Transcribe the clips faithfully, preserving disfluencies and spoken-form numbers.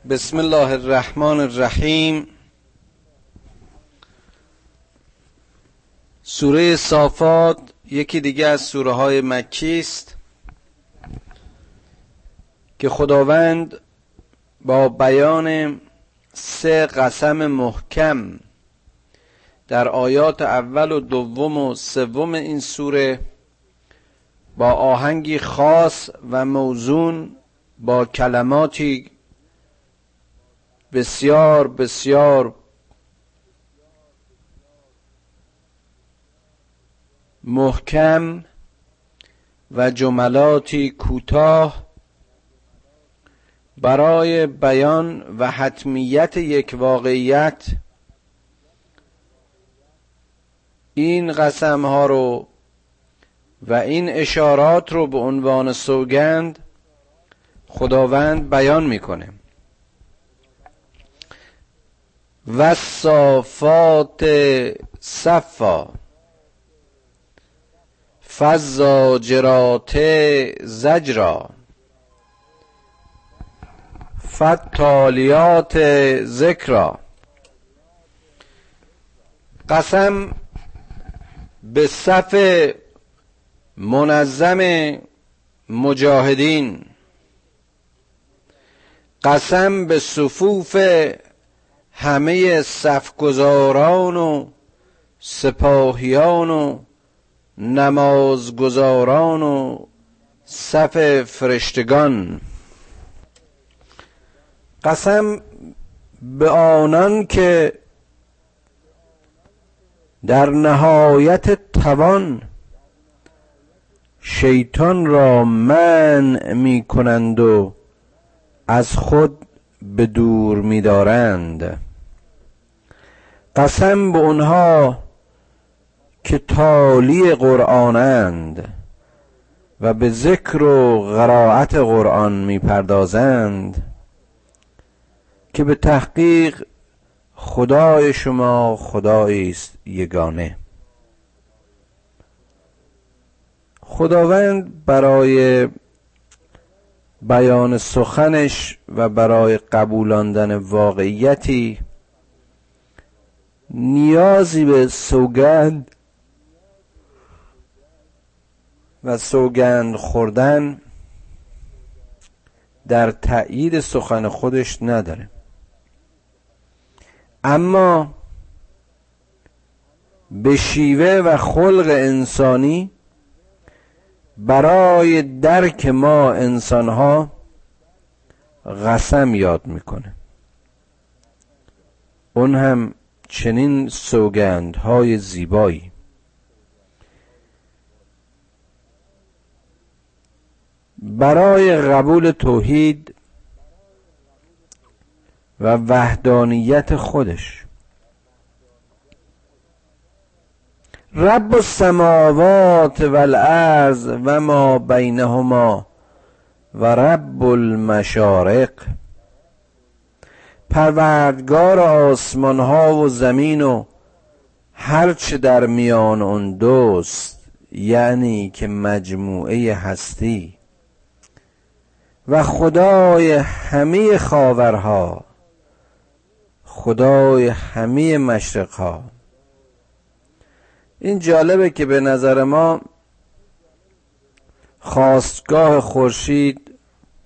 بسم الله الرحمن الرحیم. سوره صافات یکی دیگه از سوره های مکی است که خداوند با بیان سه قسم محکم در آیات اول و دوم و سوم این سوره با آهنگی خاص و موزون با کلماتی بسیار بسیار محکم و جملاتی کوتاه برای بیان و حتمیت یک واقعیت این قسم ها رو و این اشارات رو به عنوان سوگند خداوند بیان میکنه. والصافات صفا فالزاجرات زجرا فالتالیات ذکرا. قسم به صف منظم مجاهدین، قسم به صفوف همه صفگزاران و سپاهیان و نمازگزاران و صف فرشتگان، قسم به آنان که در نهایت توان شیطان را منع می کنند و از خود به دور می دارند. قسم به اونها که تالی قرآنند و به ذکر و قرائت قرآن می پردازند که به تحقیق خدای شما خدایی است یگانه. خداوند برای بیان سخنش و برای قبولاندن واقعیتی نیازی به سوگند و سوگند خوردن در تأیید سخن خودش نداره، اما به شیوه و خلق انسانی برای درک ما انسانها قسم یاد میکنه. اون هم چنین سوگندهای زیبایی. برای قبول توحید و وحدانیت خودش. رب السماوات والارض و ما بینهما و رب المشارق، پروردگار آسمان ها و زمین و هرچه در میان اون دوست، یعنی که مجموعه هستی، و خدای همه خاورها، خدای همه مشرقها. این جالبه که به نظر ما خاستگاه خورشید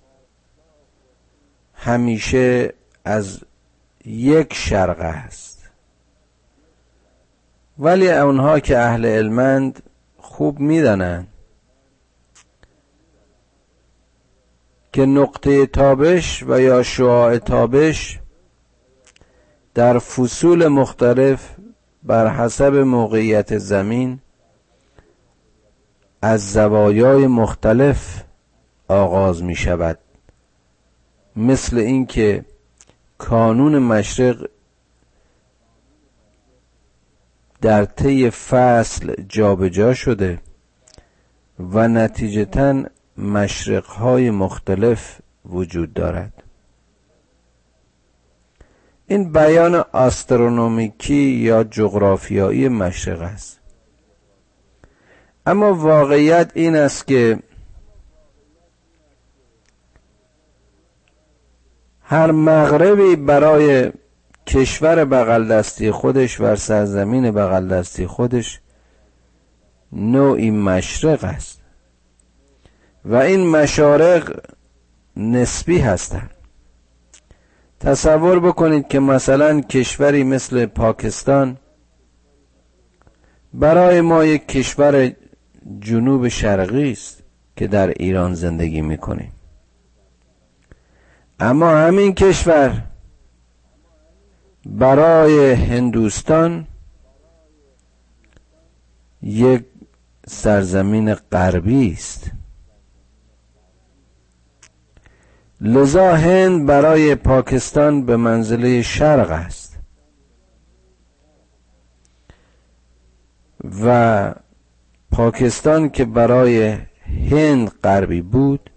همیشه از یک شرق است، ولی اونها که اهل علمند خوب میدانند که نقطه تابش و یا شعاع تابش در فصول مختلف بر حسب موقعیت زمین از زوایای مختلف آغاز می شود. مثل این که کانون مشرق در طی فصل جابجا شده و نتیجتاً مشرق‌های مختلف وجود دارد. این بیان آسترونومیکی یا جغرافیایی مشرق است. اما واقعیت این است که هر مغربی برای کشور بغل دستی خودش و سرزمین بغل دستی خودش نوعی مشرق است و این مشارق نسبی هستند. تصور بکنید که مثلا کشوری مثل پاکستان برای ما یک کشور جنوب شرقی است که در ایران زندگی میکنیم، اما همین کشور برای هندوستان یک سرزمین غربی است. لذا هند برای پاکستان به منزله شرق است و پاکستان که برای هند غربی بود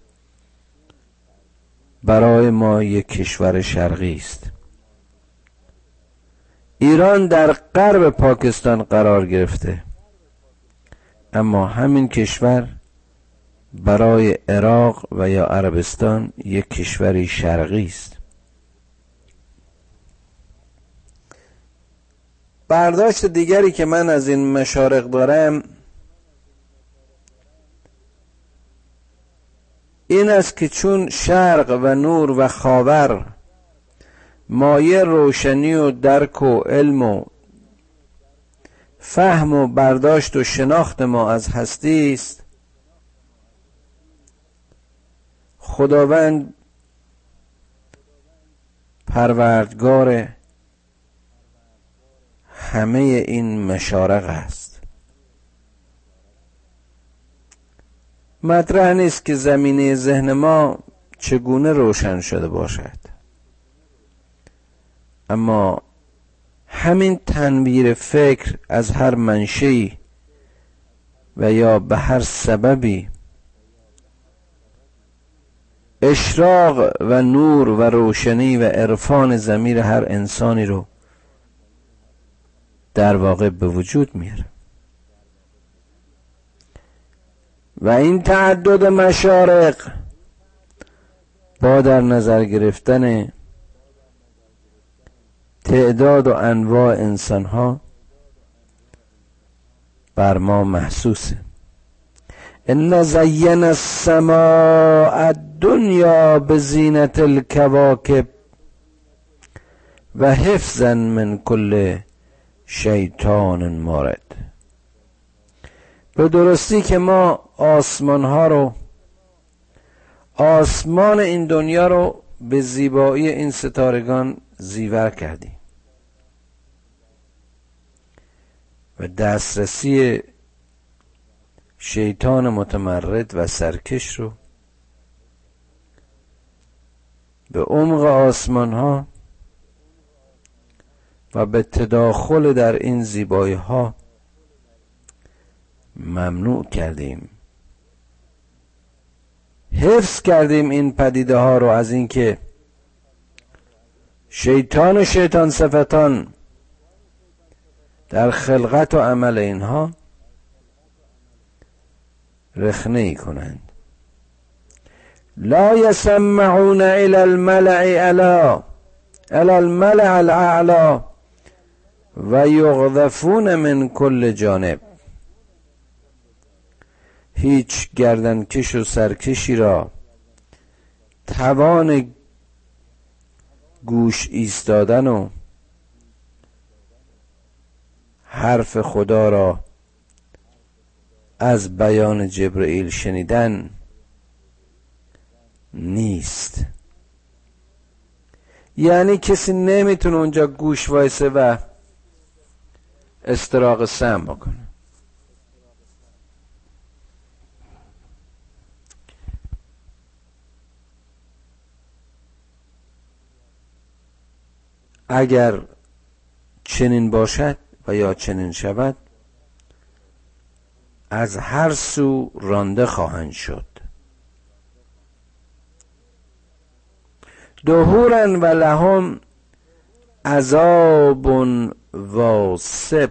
برای ما یک کشور شرقی است. ایران در غرب پاکستان قرار گرفته، اما همین کشور برای عراق و یا عربستان یک کشوری شرقی است. برداشت دیگری که من از این مشارق دارم این است که چون شرق و نور و خاور مایه روشنی و درک و علم و فهم و برداشت و شناخت ما از هستی است، خداوند پروردگار همه این مشارق است. مطرح نیست که زمینه ذهن ما چگونه روشن شده باشد، اما همین تنویر فکر از هر منشئی و یا به هر سببی اشراق و نور و روشنی و عرفان ضمیر هر انسانی رو در واقع به وجود میاره و این تعدد مشارق با در نظر گرفتن تعداد و انواع انسان ها بر ما محسوسه. ان زینا السماء الدنیا بزینت الکواکب و حفظا من کل شیطان مارد. به درستی که ما آسمان ها رو آسمان این دنیا رو به زیبایی این ستارگان زیور کردیم و دسترسی شیطان متمرد و سرکش رو به عمق آسمان ها و به تداخل در این زیبایی ها ممنوع کردیم. حفظ کردیم این پدیده ها رو از اینکه شیطان و شیطان صفتان در خلقت و عمل اینها رخنه ای کنند. لا يسمعون الى الملأ الا الى الملأ الاعلى و یغذفون من کل جانب. هیچ گردنکش و سرکشی را توان گوش ایستادن و حرف خدا را از بیان جبرئیل شنیدن نیست. یعنی کسی نمیتونه اونجا گوش وایسه و استراق سمع بکنه. اگر چنین باشد و یا چنین شود از هر سو رانده خواهند شد. دهورا و لهم عذاب واصب.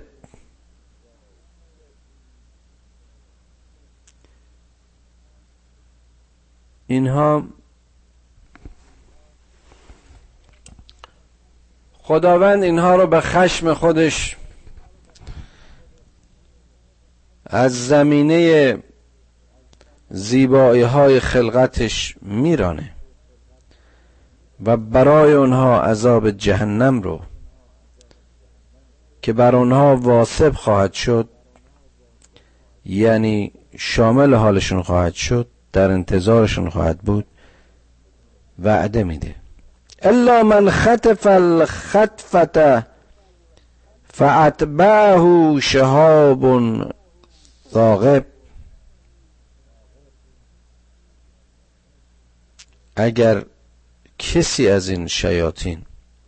اینها خداوند اینها رو به خشم خودش از زمینه زیبایی های خلقتش میرانه و برای اونها عذاب جهنم رو که بر اونها واثب خواهد شد، یعنی شامل حالشون خواهد شد، در انتظارشون خواهد بود، وعده میده. الا من خطف الخطفة فاتبعه شهاب ثاقب. اگر کسی از این شیاطین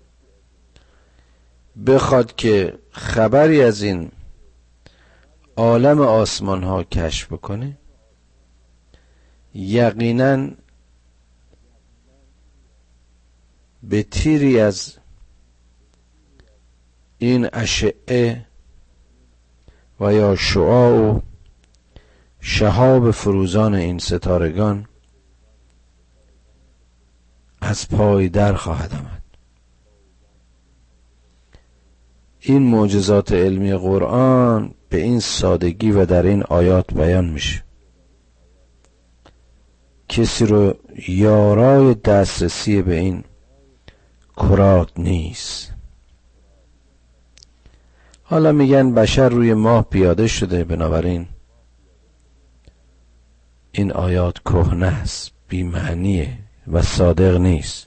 بخواد که خبری از این عالم آسمان ها کشف بکنه، یقینا به تیری از این اشعه و یا شعاع و شهاب فروزان این ستارگان از پای در خواهد آمد. این معجزات علمی قرآن به این سادگی و در این آیات بیان میشه. کسی رو یارای دسترسی به این کرات نیست. حالا میگن بشر روی ماه پیاده شده، بنابراین این آیات کهنه است، بی معنیه و صادق نیست.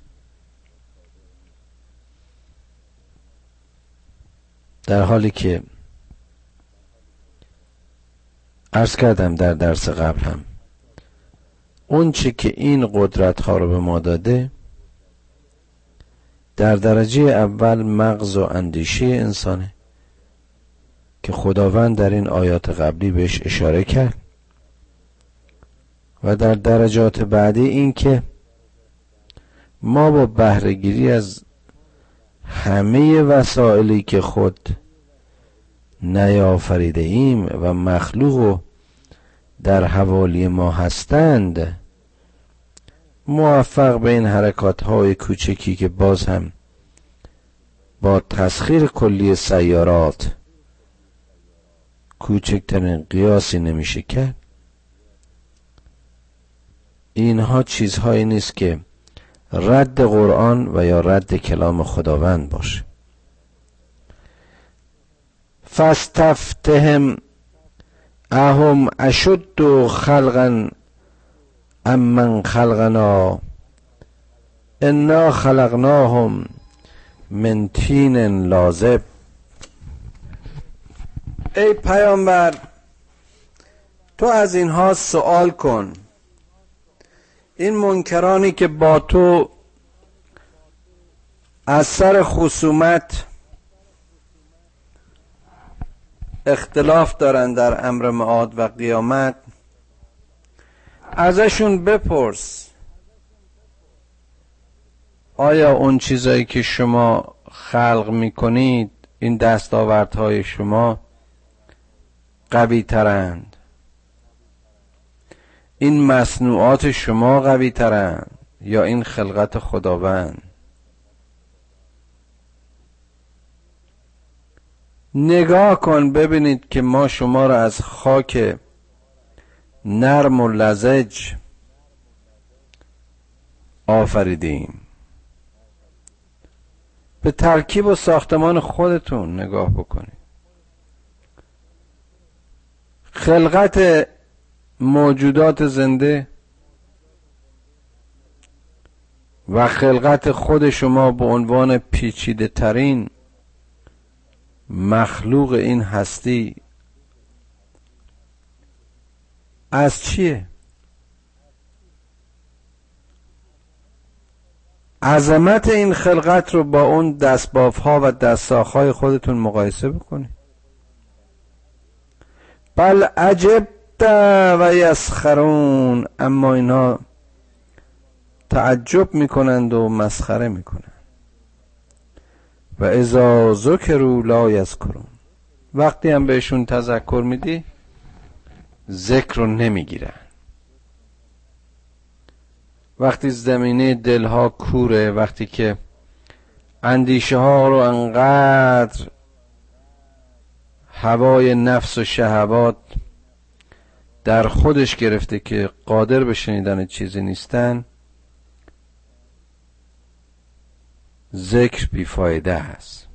در حالی که عرض کردم در درس قبل هم، اون چه که این قدرت ها رو به ما داده در درجه اول مغز و اندیشه انسانه که خداوند در این آیات قبلی بهش اشاره کرد، و در درجات بعدی این که ما با بهره‌گیری از همه وسایلی که خود نیافریده ایم و مخلوق در حوالی ما هستند موفق به این حرکات های کوچکی که باز هم با تسخیر کلی سیارات کوچکترین قیاسی نمیشه کرد. اینها چیزهایی نیست که رد قرآن و یا رد کلام خداوند باشه. فاستفتهم اهم اشد خلقا ام من خلقنا انا خلقناهم من طین لازب. ای پیامبر، تو از اینها سوال کن. این منکرانی که با تو از سر خصومت اختلاف دارن در امر معاد و قیامت، ازشون بپرس آیا اون چیزایی که شما خلق میکنید، این دستاوردهای شما قوی ترند؟ این مصنوعات شما قوی ترند یا این خلقت خداوند؟ نگاه کن ببینید که ما شما را از خاک نرم و لزج آفریدیم. به ترکیب و ساختمان خودتون نگاه بکنید. خلقت موجودات زنده و خلقت خود شما به عنوان پیچیده ترین مخلوق این هستی از چیه؟ عظمت این خلقت رو با اون دستباف ها و دستاخ های خودتون مقایسه بکنید. بل عجبت و یسخرون، اما اینا تعجب میکنند و مسخره میکنند. و اذا ذکروا لا یذکرون، وقتی هم بهشون تذکر میدی ذکر رو نمیگیرن. وقتی زمینه دلها کوره، وقتی که اندیشه ها رو انقدر هوای نفس و شهوات در خودش گرفته که قادر به شنیدن چیزی نیستن، ذکر بیفایده است.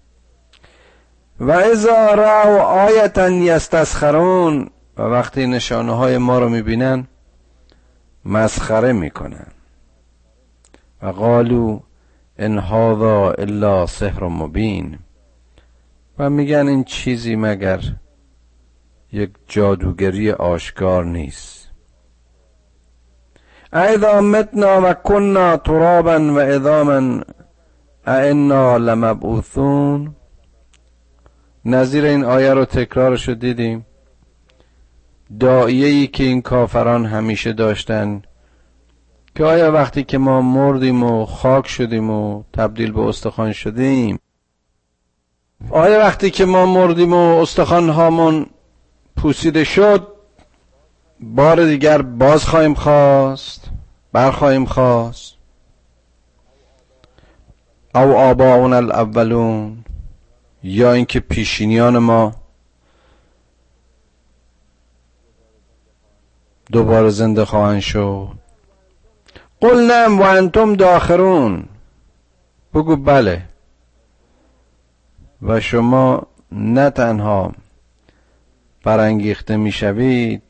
و اذا رأوا آیة یستسخرون، و وقتی نشانه های ما رو میبینن مسخره میکنن. و قالوا ان هذا الا سحر مبین، و میگن این چیزی مگر یک جادوگری آشکار نیست. اذا متنا و کنا ترابا و عظاما ائنا لمبعوثون. نظیر این آیه رو تکرارش رو دیدیم. داعیه‌ای که این کافران همیشه داشتن که آیا وقتی که ما مردیم و خاک شدیم و تبدیل به استخوان شدیم، آیا وقتی که ما مردیم و استخوان هامون پوسیده شد بار دیگر باز خواهیم خواست، برخواهیم خواست؟ او آباؤنا الاولون، یا اینکه پیشینیان ما دوباره زنده خواهند شد؟ قل نعم و انتم داخرون. بگو بله، و شما نه تنها برانگیخته میشوید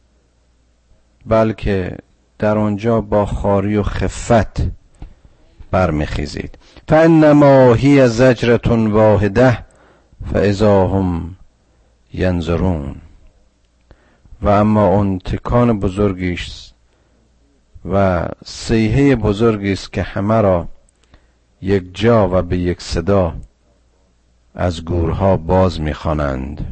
بلکه در آنجا با خواری و خفت برمیخیزید. فانما هی زجرة واحده فاذا هم ینظرون. و اما اون تکان بزرگی است و صیحه بزرگی است که همه را یک جا و به یک صدا از گورها باز می‌خوانند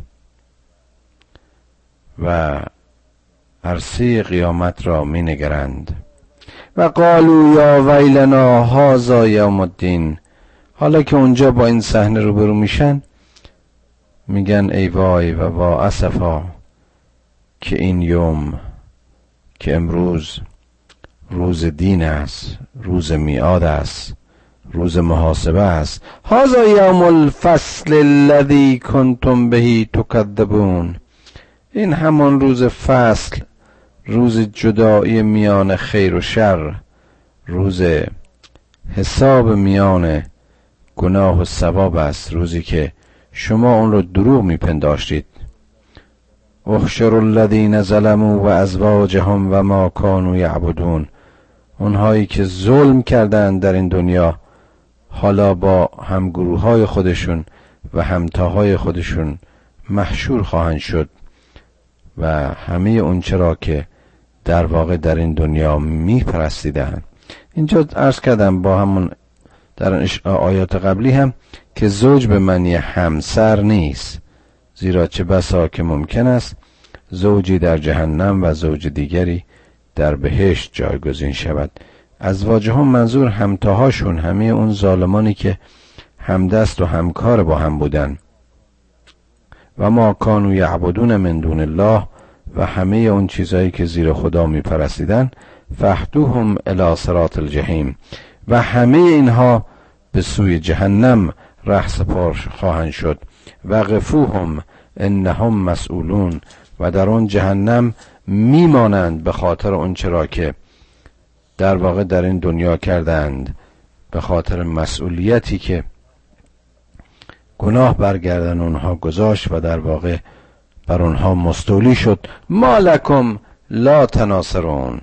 و عرصه قیامت را می‌نگرند. و قالوا یا ویلنا هذا یوم الدین. حالا که اونجا با این صحنه روبرو میشن میگن ای وای و وا اسفا که این یوم، که امروز روز دین است، روز میعاد است، روز محاسبه است. هذا یوم الفصل الذی کنتم به تکذبون. این همان روز فصل، روز جدایی میان خیر و شر، روز حساب میان گناه و ثواب است، روزی که شما اون رو دروغ میپنداشتید. احشر الذین ظلموا و ازواجهم و ما کانوا یعبدون. اونهایی که ظلم کردند در این دنیا حالا با همگروه‌های خودشون و همتاهای خودشون محشور خواهند شد و همه اون چرا که در واقع در این دنیا میپرستیدند. اینجا عرض کردم با همون در آیات قبلی هم که زوج به معنی همسر نیست، زیرا چه بسا که ممکن است زوجی در جهنم و زوج دیگری در بهشت جایگزین شود. ازواجهم منظور همتاهاشون، همه اون ظالمانی که همدست و همکار با هم بودن. و ما کانوا یعبدون من دون الله، و همه اون چیزایی که زیر خدا میپرستیدن. فاهدوهم الی صراط الجحیم. و همه اینها به سوی جهنم رهسپار خواهند شد. و قفوهم انهم مسئولون. و در اون جهنم میمانند به خاطر اون چرا که در واقع در این دنیا کردند، به خاطر مسئولیتی که گناه برگردن اونها گذاشت و در واقع بر اونها مستولی شد. ما لکم لا تناصرون.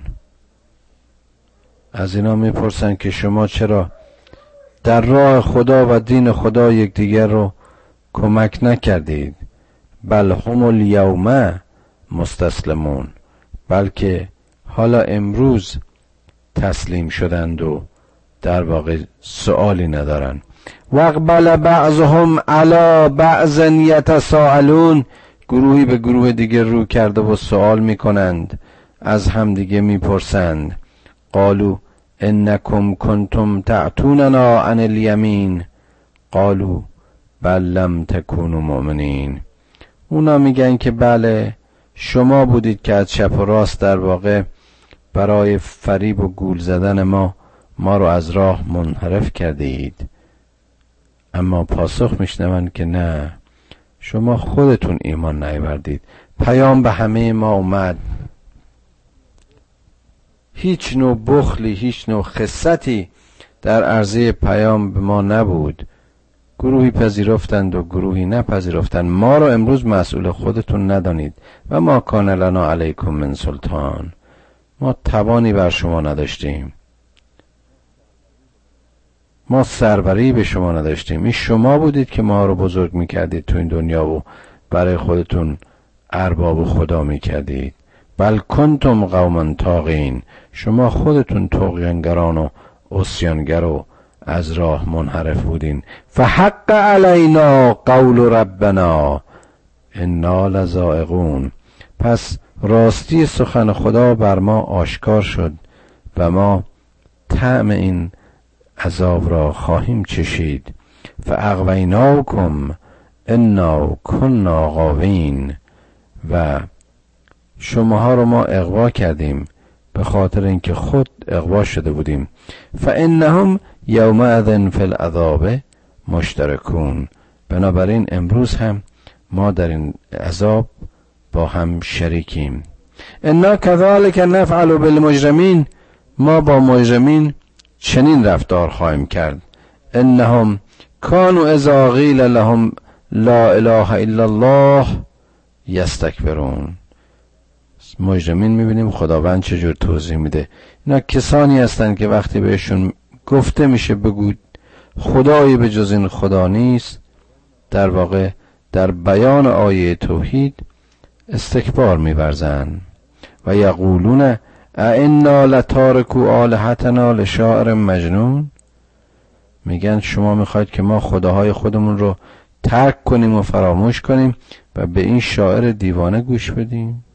از اینا میپرسن که شما چرا در راه خدا و دین خدا یکدیگر رو کمک نکردید؟ بل هم الیوم مستسلمون. بلکه حالا امروز تسلیم شدند و در واقع سؤالی ندارن. واقبل بعضهم علی بعض یتساءلون. گروهی به گروه دیگه رو کرده و سوال میکنند، از هم دیگه میپرسند. قالوا انکم کنتم تعتوننا عن الیمین قالوا بل لم تکونوا مؤمنین. اونا میگن که بله شما بودید که از چپ و راست در واقع برای فریب و گول زدن ما ما رو از راه منحرف کردید، اما پاسخ میشنوند که نه، شما خودتون ایمان نیاوردید. پیام به همه ما اومد، هیچ نوع بخلی، هیچ نوع خستی در عرضه پیام به ما نبود. گروهی پذیرفتند و گروهی نپذیرفتند. ما رو امروز مسئول خودتون ندانید. و ما کان لنا علیکم من سلطان، ما توانی بر شما نداشتیم، ما سربری به شما نداشتیم. این شما بودید که ما رو بزرگ میکردید تو این دنیا و برای خودتون ارباب و خدا میکردید. بل کنتم قوما طاغین، شما خودتون طغیانگران و عصیانگر و از راه منحرف بودین. فحق علینا قول ربنا انا لذائقون، پس راستی سخن خدا بر ما آشکار شد و ما طعم این عذاب را خواهیم چشید. فاغویناکم انا کنا غاوین، و شماها رو ما اغوا کردیم به خاطر اینکه خود اغوا شده بودیم. فانهم یومئذ فی العذاب مشترکون، بنابراین امروز هم ما در این عذاب با هم شریکیم. انا کذالک نفعل بالمجرمین، ما با مجرمین چنین رفتار خواهیم کرد. انهم کانوا اذا قیل لهم لا اله الا الله یستکبرون. مجرمین میبینیم خداوند چجور توضیح میده. اینا کسانی هستند که وقتی بهشون گفته میشه بگو خدایی به جز این خدا نیست، در واقع در بیان آیه توحید استکبار می‌ورزند. و یقولون ائنا لتارکو آلهتنا لشاعر مجنون، میگن شما میخواید که ما خداهای خودمون رو ترک کنیم و فراموش کنیم و به این شاعر دیوانه گوش بدیم.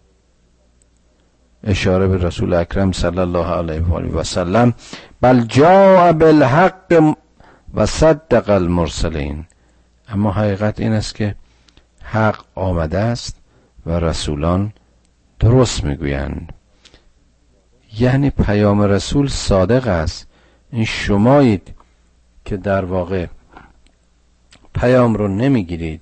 اشاره به رسول اکرم صلی الله علیه و آله و سلم. بل جاء بالحق و صدق المرسلین، اما حقیقت این است که حق آمده است و رسولان درست میگویند. یعنی پیام رسول صادق است. این شمایید که در واقع پیام رو نمیگیرید.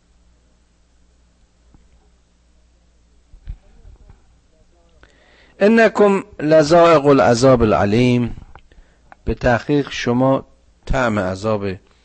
انکم لذائق العذاب العلیم، به تحقیق شما طعم عذاب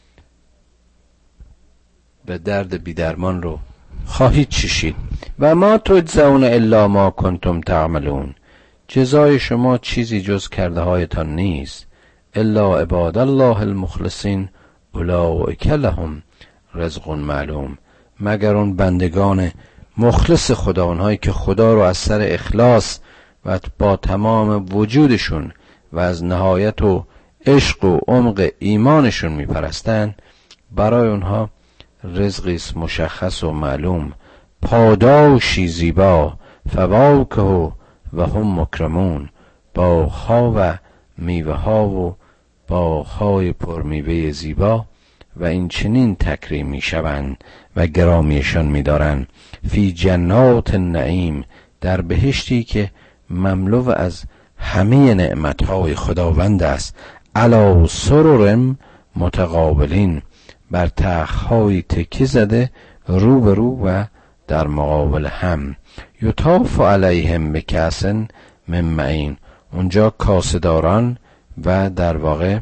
به درد بیدرمان رو خواهید چشید. و ما تجزون الا ما کنتم تعملون، جزای شما چیزی جز کرده هایتان نیست. الا عباد الله المخلصین اولئک لهم رزق معلوم، مگر اون بندگان مخلص خدا، اونهایی که خدا رو از سر اخلاص و با تمام وجودشون و از نهایت و عشق و عمق ایمانشون میپرستن، برای اونها رزقی است مشخص و معلوم، پاداشی زیبا، فواکه و هم مکرمون، باغ‌ها و میوه‌ها و باغ‌های پرمیوه زیبا و این چنین تکریم میشوند و گرامیشان می‌دارند. فی جنات النعیم، در بهشتی که مملو از همه نعمت‌های خداوند است. علی سرر متقابلین، بر تخت‌های تکیه زده رو به رو و در مقابل هم. یطاف علیهم بکأس من معین، اونجا کاسه‌داران و در واقع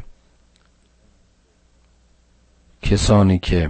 کسانی که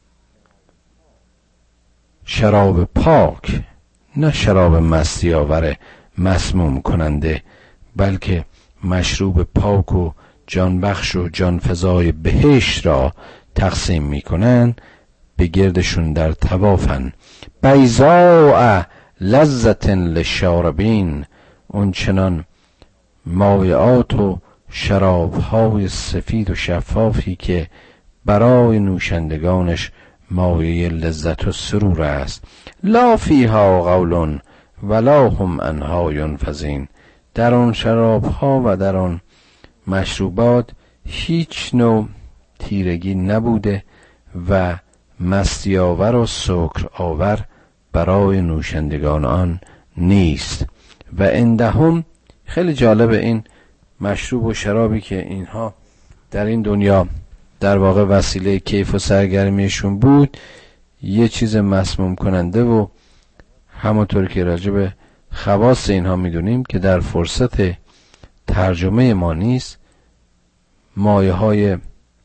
شراب پاک، نه شراب مستی آور مسموم کننده، بلکه مشروب پاک و جانبخش و جانفزای بهشت را تقسیم میکنن، به گردشون در طوافن. بیضاء لذة للشاربین، اون چنان مایعات و شرابهای سفید و شفافی که برای نوشندگانش مایه لذت و سرور است. لا فیها قول ولا هم عنها ینفزین، در آن شرابها و در آن مشروبات هیچ نوع تیرگی نبوده و مستی آور و سکر آور برای نوشندگان آن نیست. و عندهم، خیلی جالب این مشروب و شرابی که اینها در این دنیا در واقع وسیله کیف و سرگرمیشون بود، یه چیز مسموم کننده و همونطور که راجع به خواص اینها میدونیم که در فرصت ترجمه ما نیست، مایه های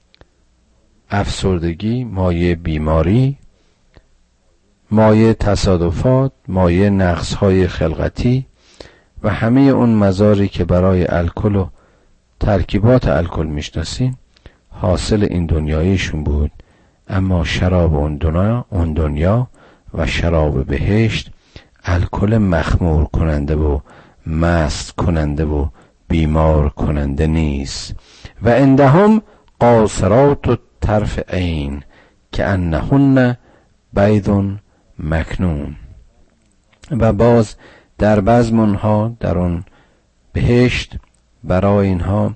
افسردگی، مایه بیماری، مایه تصادفات، مایه نقص های خلقتی و همه اون مزاری که برای الکل و ترکیبات الکل میشناسیم حاصل این دنیایشون بود. اما شراب اون دنیا, اون دنیا و شراب بهشت الکل مخمور کننده و مست کننده و بیمار کننده نیست. و عندهم قاصرات طرف عین که انهن بید مکنون. و باز در بزم اونها در اون بهشت برای اینها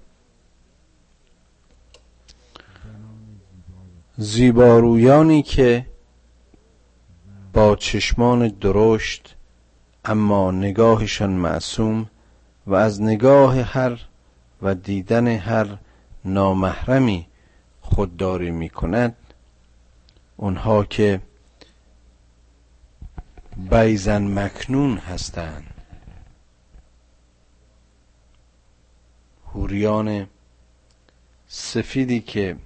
زیبارویانی که با چشمان درشت اما نگاهشان معصوم و از نگاه هر و دیدن هر نامحرمی خودداری می کند، اونها که بیزن مکنون هستند، حوریان سفیدی که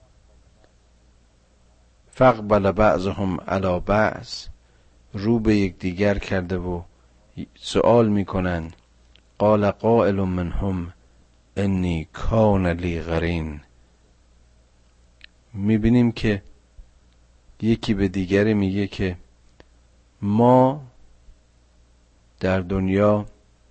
فقبل بعضهم علی بعض، رو به یک دیگر کرده و سوال میکنن قال قائل منهم انی کان لی قرین. میبینیم که یکی به دیگری میگه که ما در دنیا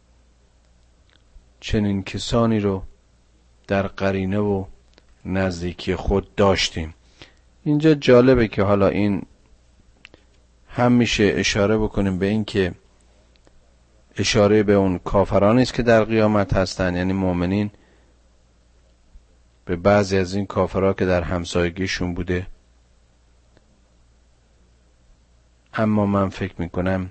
چنین کسانی رو در قرینه و نزدیکی خود داشتیم. اینجا جالبه که حالا این هم میشه اشاره بکنیم به این که اشاره به اون کافرانی است که در قیامت هستن، یعنی مؤمنین به بعضی از این کافرها که در همسایگیشون بوده. اما من فکر میکنم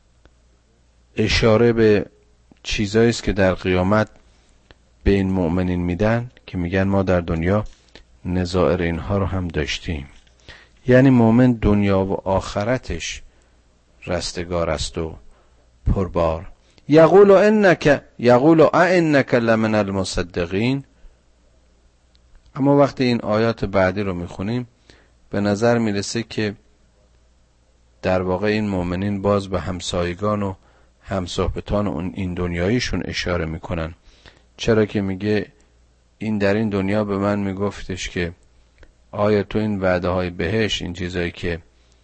اشاره به چیزایی است که در قیامت به این مؤمنین میدن که میگن ما در دنیا نظائر اینها رو هم داشتیم. یعنی مؤمن دنیا و آخرتش رستگار است و پربار. یقول انک یقول انک لمن المصدقین. اما وقتی این آیات بعدی رو میخونیم به نظر میرسه که در واقع این مؤمنین باز به همسایگان و همصحبتان اون این دنیاییشون اشاره میکنن. چرا که میگه این در این دنیا به من میگفتش که آیا تو این وعده های بهش، این چیزایی که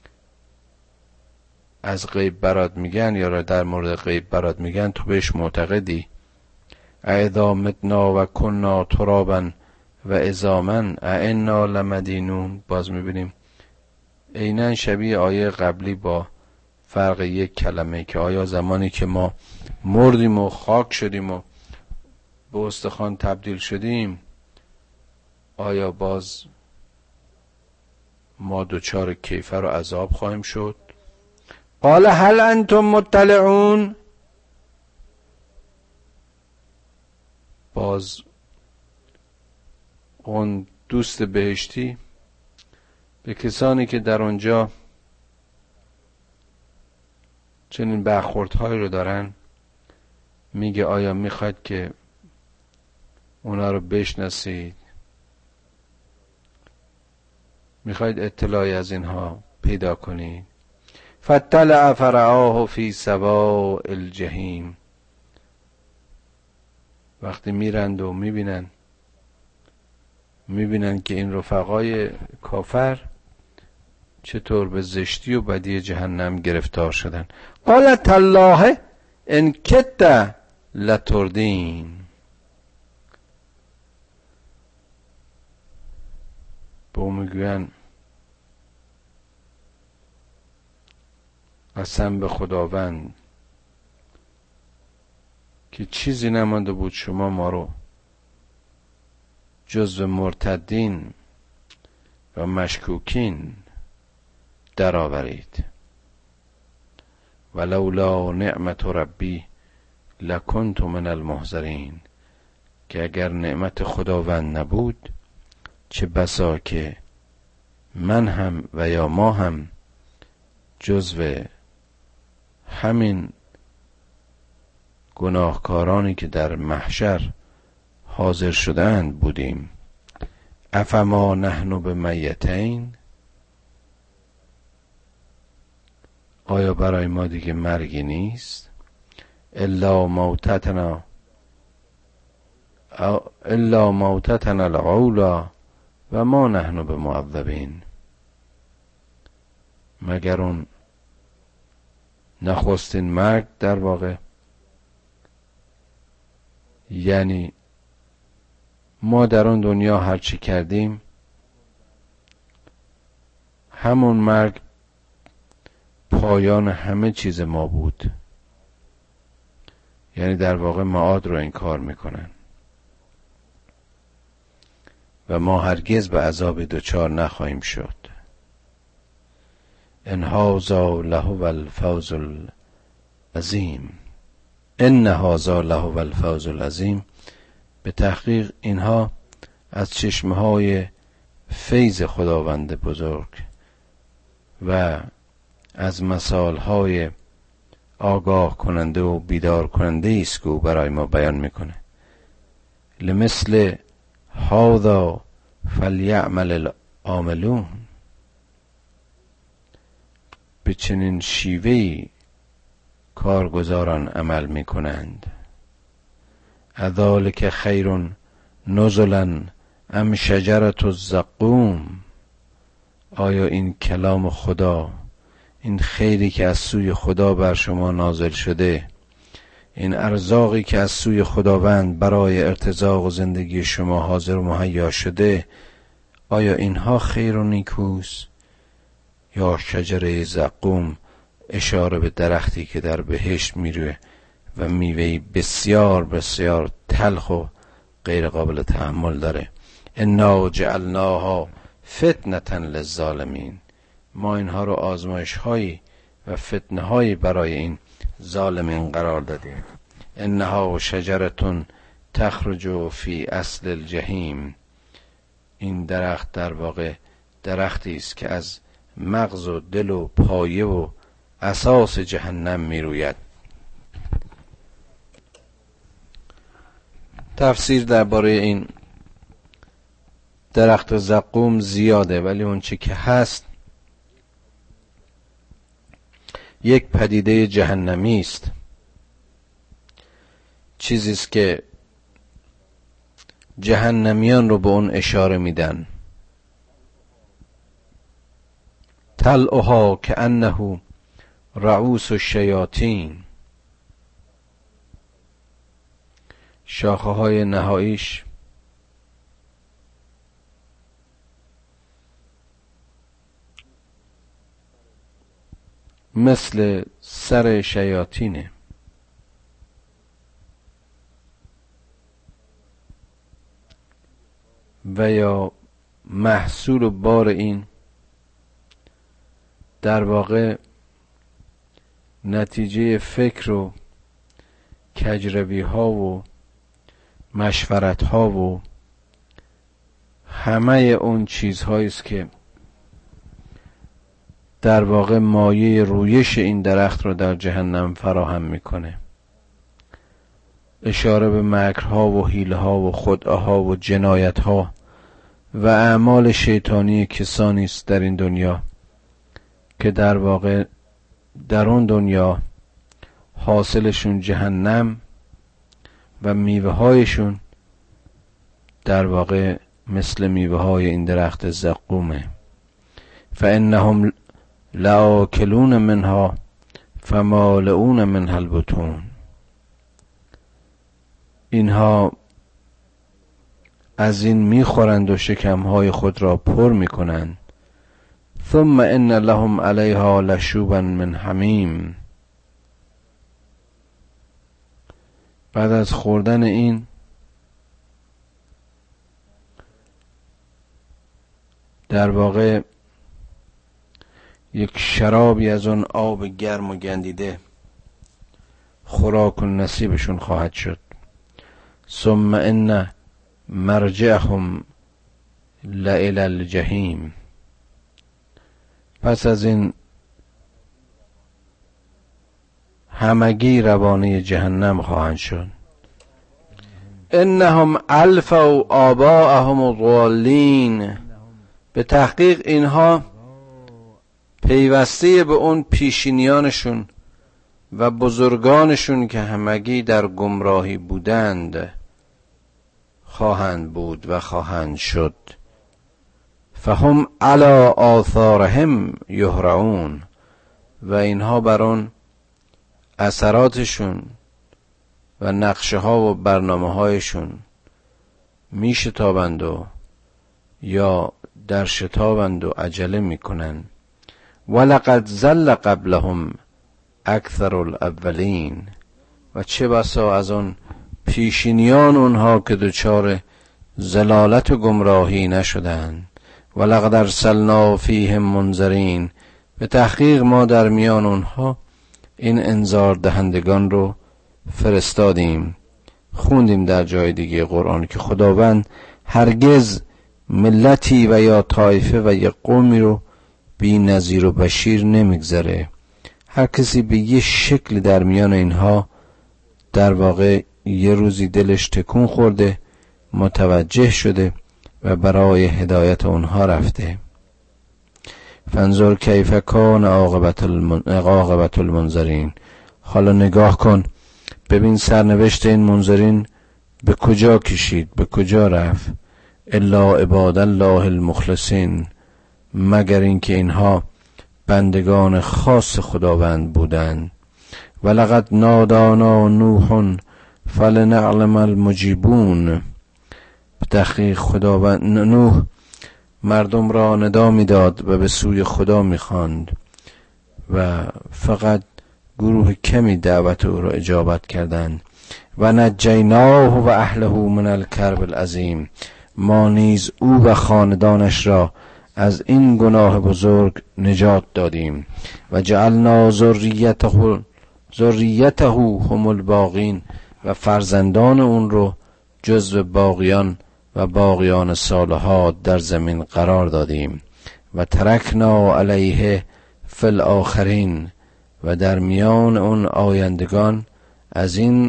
از غیب برات میگن یا را در مورد غیب برات میگن، تو بهش معتقدی؟ اذا متنا و کنا ترابا و عظاما ائنا لمدینون. باز میبینیم عیناً شبیه آیه قبلی با فرق یک کلمه که آیا زمانی که ما مردیم و خاک شدیم و به استخوان تبدیل شدیم آیا باز ما دوچار کیفر و عذاب خواهیم شد؟ قال هل انتم مطلعون. باز اون دوست بهشتی به کسانی که در اونجا چنین برخوردهایی رو دارن میگه آیا میخواید که اونا رو بشناسید؟ میخواید اطلاعی از اینها پیدا کنید؟ فطلع فرعاه فی سواء الجحیم. وقتی میرند و میبینن میبینن که این رفقای کافر چطور به زشتی و بدی جهنم گرفتار شدن. قال تالله ان کدت لتردین. به او میگوین قسم به خداوند که چیزی نمانده بود شما ما رو جزو مرتدین و مشکوکین در آورید. ولولا نعمت ربی لکنت من المحضرین. که اگر نعمت خداوند نبود چه بسا که من هم و یا ما هم جزو همین گناهکارانی که در محشر حاضر شدند بودیم. افما نحن بمیتین، آیا برای ما دیگه مرگی نیست؟ الا موتتنا الا موتتنا الاولی و ما نحن بمعذبین، مگر اون نخستین مرگ در واقع، یعنی ما در اون دنیا هر چی کردیم همون مرگ پایان همه چیز ما بود، یعنی در واقع معاد رو انکار میکنن و ما هرگز به عذاب دچار نخواهیم شد. ان هذا لهو الفوز العظیم، ان هذا لهو الفوز العظیم. به تحقیق اینها از چشمه های فیض خداوند بزرگ و از مثال های آگاه کننده و بیدار کننده است که او برای ما بیان میکنه. لمثل هذا فلیعمل العاملون، به چنین شیوهی کارگزاران عمل میکنند. اذالک خیر نزلا ام شجرة الزقوم، آیا این کلام خدا، این خیری که از سوی خدا بر شما نازل شده، این ارزاقی که از سوی خداوند برای ارتزاق و زندگی شما حاضر و مهیا شده، آیا اینها خیر و نیکوست؟ یا شجره زقوم، اشاره به درختی که در بهشت میروه و میوهی بسیار بسیار تلخ و غیر قابل تحمل داره. انا جعلناها فتنة للظالمین، ما اینها رو آزمایش هایی و فتنه هایی برای این ظالمین قرار دادیم. انها شجرة تخرج فی اصل الجحیم، این درخت در واقع درختی است که از مغز و دل و پایه و اساس جهنم می روید. تفسیر درباره این درخت زقوم زیاده، ولی اون چه که هست یک پدیده جهنمی است، چیزی است که جهنمیان رو به اون اشاره میدن. طلعها کأنه رؤوس الشیاطین، شاخه های نهاییش مثل سر شیاطینه و یا محصول بار این در واقع نتیجه فکر و کجروی ها و مشورت ها و همه اون چیزهایی است که در واقع مایه رویش این درخت رو در جهنم فراهم میکنه. اشاره به مکرها و حیله‌ها و خدعه‌ها و جنایت‌ها و اعمال شیطانی کسانی است در این دنیا که در واقع در اون دنیا حاصلشون جهنم و میوه هایشون در واقع مثل میوه های این درخت زقومه. فانهم لآکلون منها فمالئون منها البطون، اینها از این میخورند و شکمهای خود را پر میکنند. ثم ان لهم علیها لشوبا من حمیم، بعد از خوردن این در واقع یک شرابی از اون آب گرم و گندیده خوراک و نصیبشون خواهد شد. ثم ان مرجعهم لإلی الجحیم. پس از این همگی روانه جهنم خواهند شد. انهم الفوا آباءهم الضالین، به تحقیق اینها پیوسته به اون پیشینیانشون و بزرگانشون که همگی در گمراهی بودند خواهند بود و خواهند شد. فهم علی آثارهم یهرعون، و اینها بر اون اثراتشون و نقشه ها و برنامه هایشون می شتابند و یا در شتابند و عجله می کنند. ولقد ضل قبلهم اکثر الاولین، و چه بسا از اون پیشینیان اونها که دچار ضلالت و گمراهی نشدند. ولقد ارسلنا فیهم منذرین، به تحقیق ما در میان اونها این انذار دهندگان رو فرستادیم. خوندیم در جای دیگه قرآن که خداوند هرگز ملتی و یا طایفه و یا قومی رو بی نظیر و بشیر نمیگذاره. هر کسی به یه شکل در میان اینها در واقع یه روزی دلش تکون خورده، متوجه شده و برای هدایت اونها رفته. فانظر کیف کان عاقبت المن... عاقبت المنذرین، حالا نگاه کن ببین سرنوشت این منذرین به کجا کشید، به کجا رفت. الا عباد الله المخلصین، مگر اینکه اینها بندگان خاص خداوند بودند. ولقد نادانا نوح فلنعلم المجیبون، به تحقیق خداوند نوح مردم را ندا میداد و به سوی خدا میخواند و فقط گروه کمی دعوت او را اجابت کردند. و نجیناه و اهله من الکرب العظیم، ما نیز او و خاندانش را از این گناه بزرگ نجات دادیم. و جعلنا ذریته ذریته هم الباقین، و فرزندان اون رو جزو باقیان و باقیان صالحات در زمین قرار دادیم. و ترکنا علیه فی الاخرین، و در میان اون آیندگان از این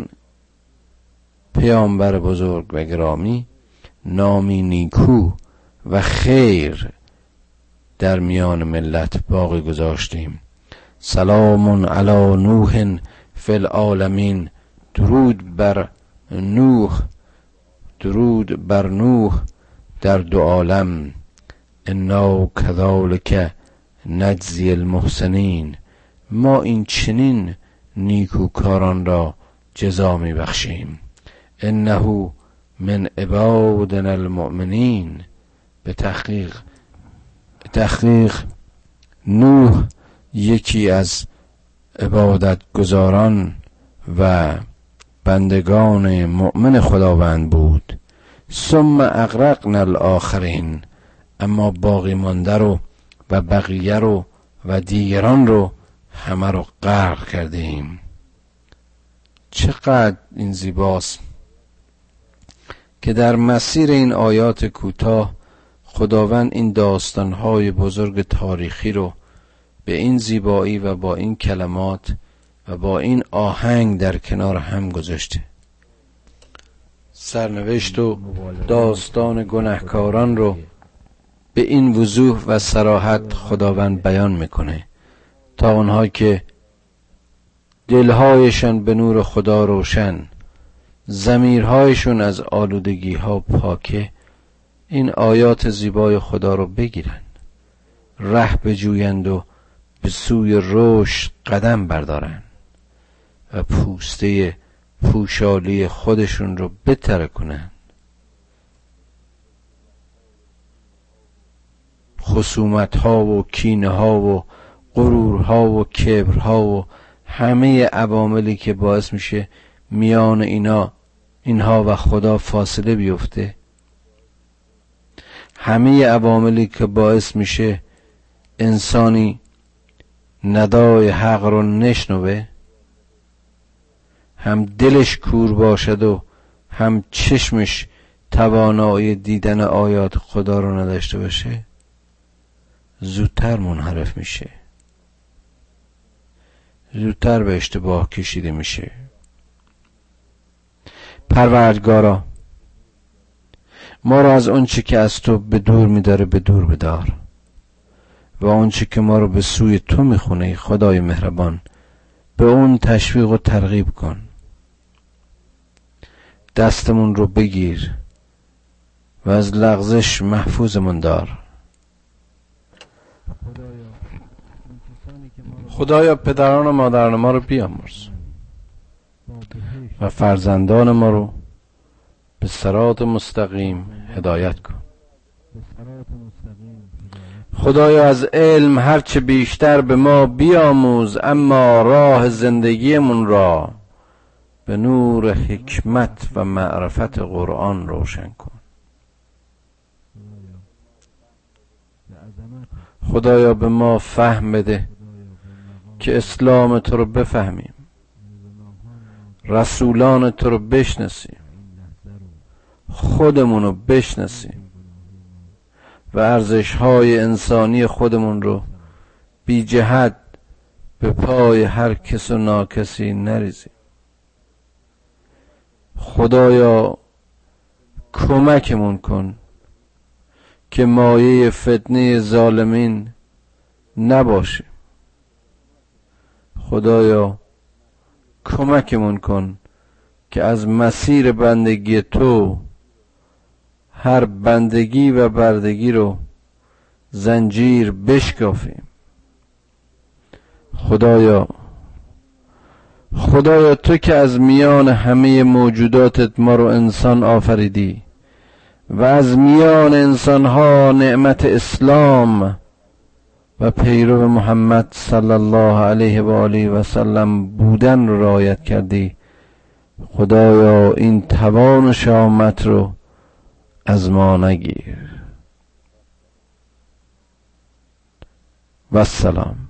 پیامبر بزرگ و گرامی نامی نیکو و خیر در میان ملت باقی گذاشتیم. سلام علی نوح فی العالمین، درود بر نوح، درود بر نوح در دو عالم. انا کذالک نجزی المحسنین، ما این چنین نیکوکاران را جزا می بخشیم. انه من عبادنا المؤمنین، به تحقیق تحقیق نوح یکی از عبادت گزاران و بندگان مؤمن خداوند بود. ثم اغرقنا الاخرین، اما باقی مانده رو و بقیه رو و دیگران رو همه رو غرق کردیم. چقدر این زیباست که در مسیر این آیات کوتاه خداوند این داستان‌های بزرگ تاریخی رو به این زیبایی و با این کلمات و با این آهنگ در کنار هم گذاشته. سرنوشت و داستان گناهکاران رو به این وضوح و صراحت خداوند بیان میکنه تا اونها که دلهایشان به نور خدا روشن، ضمیرهایشون از آلودگی ها پاکه، این آیات زیبای خدا رو بگیرن، ره بجویند و به سوی رشد قدم بردارن و پوسته پوشالی خودشون رو بتره کنن. خصومت ها و کینه ها و غرور ها و کبر ها و همه عواملی که باعث میشه میان اینا اینها و خدا فاصله بیفته، همه عواملی که باعث میشه انسانی ندای حق رو نشنوه، هم دلش کور باشد و هم چشمش توانایی دیدن آیات خدا رو نداشته باشه زودتر منحرف میشه، زودتر به اشتباه کشیده میشه. پروردگارا ما رو از اون چی که از تو به دور میداره به دور بدار و اون چی که ما رو به سوی تو میخونه خدای مهربان به اون تشویق و ترغیب کن. دستمون رو بگیر و از لغزش محفوظمون دار. خدایا پدران و مادران ما رو بیامرز و فرزندان ما رو به صراط مستقیم هدایت کن. خدایا از علم هرچه بیشتر به ما بیاموز، اما راه زندگیمون را به نور حکمت و معرفت قرآن روشن کن. خدایا به ما فهم بده که اسلام تو رو بفهمیم، رسولان تو رو بشناسیم، خودمون رو بشناسیم و ارزش‌های انسانی خودمون رو بی جهت به پای هر کس و ناکسی نریزیم. خدایا کمکمون کن که مایه فتنه ظالمین نباشیم. خدایا کمکمون کن که از مسیر بندگی تو هر بندگی و بردگی رو زنجیر بشکافیم. خدایا خدایا تو که از میان همه موجوداتت ما رو انسان آفریدی و از میان انسانها نعمت اسلام و پیرو محمد صلی الله علیه و آله و سلم بودن رو رعایت کردی، خدایا این توان و شامت رو از ما نگیر. و السلام.